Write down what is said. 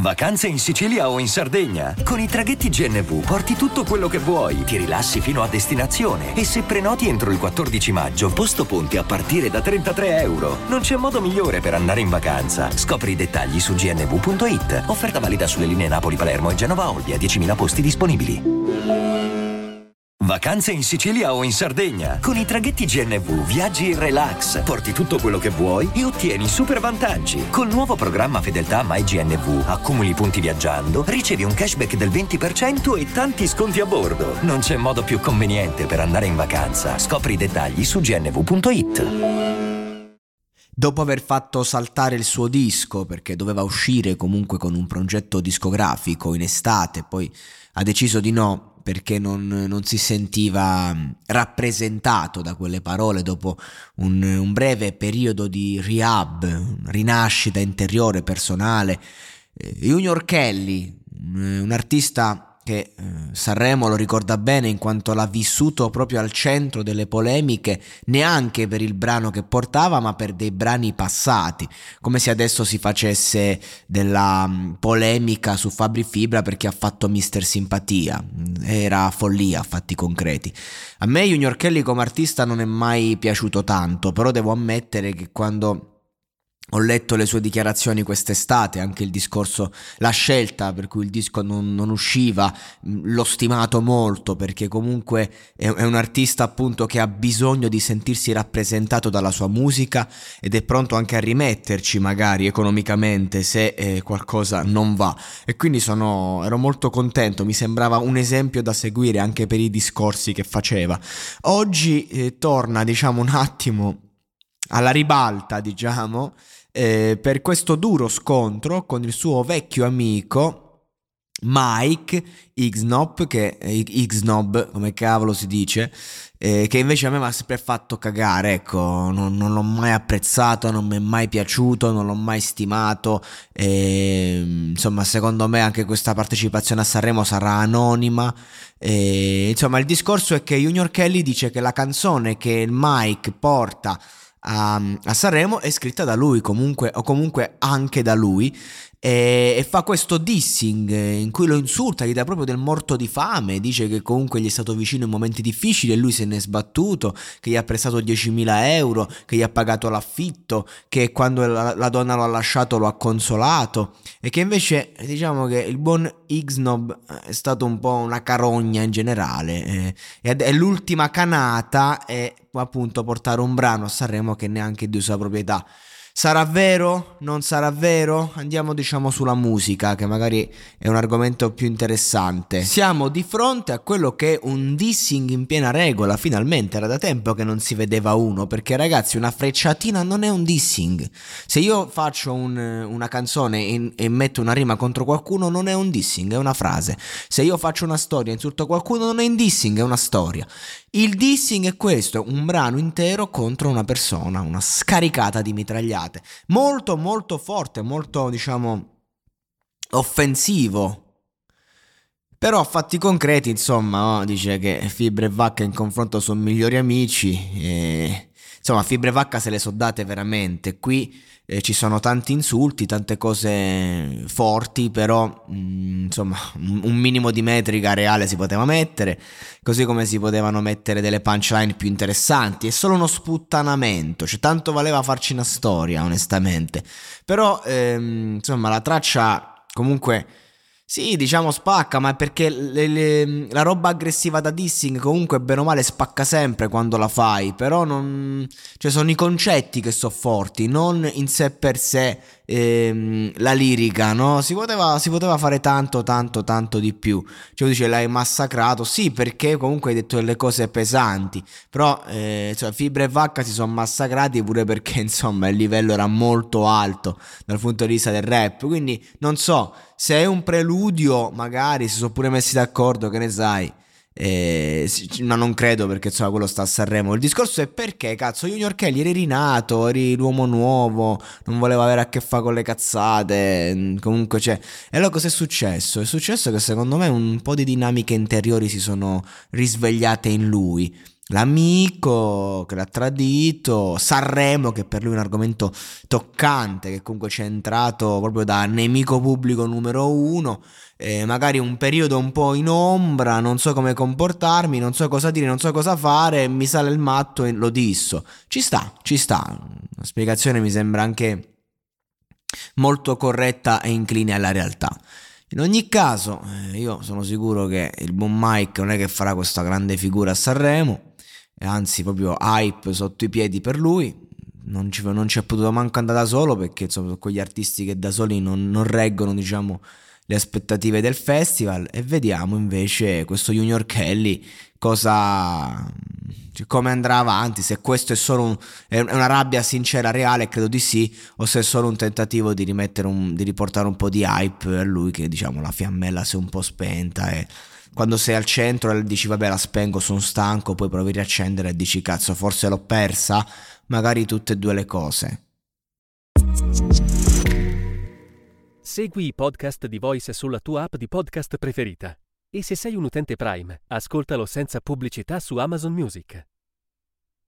Vacanze in Sicilia o in Sardegna? Con i traghetti GNV porti tutto quello che vuoi, ti rilassi fino a destinazione e se prenoti entro il 14 maggio, posto ponti a partire da €33. Non c'è modo migliore per andare in vacanza. Scopri i dettagli su gnv.it. Offerta valida sulle linee Napoli-Palermo e Genova-Olbia, 10.000 posti disponibili. Vacanze in Sicilia o in Sardegna? Con i traghetti GNV viaggi in relax, porti tutto quello che vuoi e ottieni super vantaggi. Col nuovo programma Fedeltà MyGNV accumuli punti viaggiando, ricevi un cashback del 20% e tanti sconti a bordo. Non c'è modo più conveniente per andare in vacanza. Scopri i dettagli su gnv.it. Dopo aver fatto saltare il suo disco, perché doveva uscire comunque con un progetto discografico in estate, poi ha deciso di no, perché non si sentiva rappresentato da quelle parole dopo un breve periodo di rehab, rinascita interiore, personale. Junior Kelly, un artista che Sanremo lo ricorda bene in quanto l'ha vissuto proprio al centro delle polemiche, neanche per il brano che portava ma per dei brani passati, come se adesso si facesse della polemica su Fabri Fibra perché ha fatto Mister Simpatia. Era follia a fatti concreti. A me Junior Kelly come artista non è mai piaciuto tanto, però devo ammettere che quando ho letto le sue dichiarazioni quest'estate, anche il discorso, la scelta per cui il disco non usciva, l'ho stimato molto perché comunque è un artista appunto che ha bisogno di sentirsi rappresentato dalla sua musica ed è pronto anche a rimetterci magari economicamente se qualcosa non va, e quindi ero molto contento, mi sembrava un esempio da seguire anche per i discorsi che faceva. Oggi torna diciamo un attimo alla ribalta, diciamo, per questo duro scontro con il suo vecchio amico Mike Xnob, come cavolo si dice, che invece a me mi ha sempre fatto cagare, ecco, non l'ho mai apprezzato, non mi è mai piaciuto, non l'ho mai stimato, insomma secondo me anche questa partecipazione a Sanremo sarà anonima. Insomma il discorso è che Junior Kelly dice che la canzone che Mike porta a Sanremo è scritta da lui comunque, o comunque anche da lui, e fa questo dissing in cui lo insulta, gli dà proprio del morto di fame, dice che comunque gli è stato vicino in momenti difficili e lui se ne è sbattuto, che gli ha prestato 10.000 euro, che gli ha pagato l'affitto, che quando la donna lo ha lasciato lo ha consolato, e che invece diciamo che il buon Xnob è stato un po' una carogna in generale, e l'ultima canata è appunto portare un brano a Sanremo che neanche di sua proprietà. Sarà vero? Non sarà vero? Andiamo diciamo sulla musica, che magari è un argomento più interessante. Siamo di fronte a quello che è un dissing in piena regola, finalmente era da tempo che non si vedeva uno, perché ragazzi una frecciatina non è un dissing. Se io faccio una canzone e metto una rima contro qualcuno non è un dissing, è una frase. Se io faccio una storia e insulto qualcuno non è un dissing, è una storia. Il dissing è questo, un brano intero contro una persona, una scaricata di mitragliate, molto molto forte, molto diciamo offensivo, però a fatti concreti insomma, dice che Fibra e Vacca in confronto sono migliori amici, e insomma Fibra e Vacca se le so date veramente, qui ci sono tanti insulti, tante cose forti, però insomma un minimo di metrica reale si poteva mettere, così come si potevano mettere delle punchline più interessanti. È solo uno sputtanamento, cioè tanto valeva farci una storia onestamente, però insomma la traccia comunque sì, diciamo spacca, ma è perché la roba aggressiva da dissing comunque bene o male spacca sempre quando la fai, però non, cioè sono i concetti che sono forti, non in sé per sé la lirica, no? Si poteva fare tanto di più. Cioè dice l'hai massacrato, sì, perché comunque hai detto delle cose pesanti, però cioè, Fibra e Vacca si sono massacrati pure perché insomma il livello era molto alto dal punto di vista del rap, quindi non so se è un preludio, magari si sono pure messi d'accordo, che ne sai, ma non credo, perché insomma quello sta a Sanremo. Il discorso è perché cazzo Junior Kelly eri rinato, eri l'uomo nuovo, non voleva avere a che fare con le cazzate, comunque c'è. E allora cos'è successo? È successo che secondo me un po' di dinamiche interiori si sono risvegliate in lui, l'amico che l'ha tradito, Sanremo che per lui è un argomento toccante, che comunque c'è entrato proprio da nemico pubblico numero uno, magari un periodo un po' in ombra, non so come comportarmi, non so cosa dire, non so cosa fare, mi sale il matto e lo disso. Ci sta, la spiegazione mi sembra anche molto corretta e incline alla realtà. In ogni caso, io sono sicuro che il buon Mike non è che farà questa grande figura a Sanremo, e anzi proprio hype sotto i piedi per lui. Non ci è potuto manco andare da solo perché insomma sono quegli artisti che da soli non reggono, diciamo, le aspettative del festival. E vediamo invece questo Junior Kelly cosa, cioè, come andrà avanti, se questo è solo è una rabbia sincera, reale, credo di sì, o se è solo un tentativo di di riportare un po' di hype a lui, che diciamo la fiammella si è un po' spenta, e quando sei al centro e dici vabbè la spengo, sono stanco, poi provi a riaccendere e dici cazzo forse l'ho persa, magari tutte e due le cose. Segui i podcast di Voice sulla tua app di podcast preferita. E se sei un utente Prime, ascoltalo senza pubblicità su Amazon Music.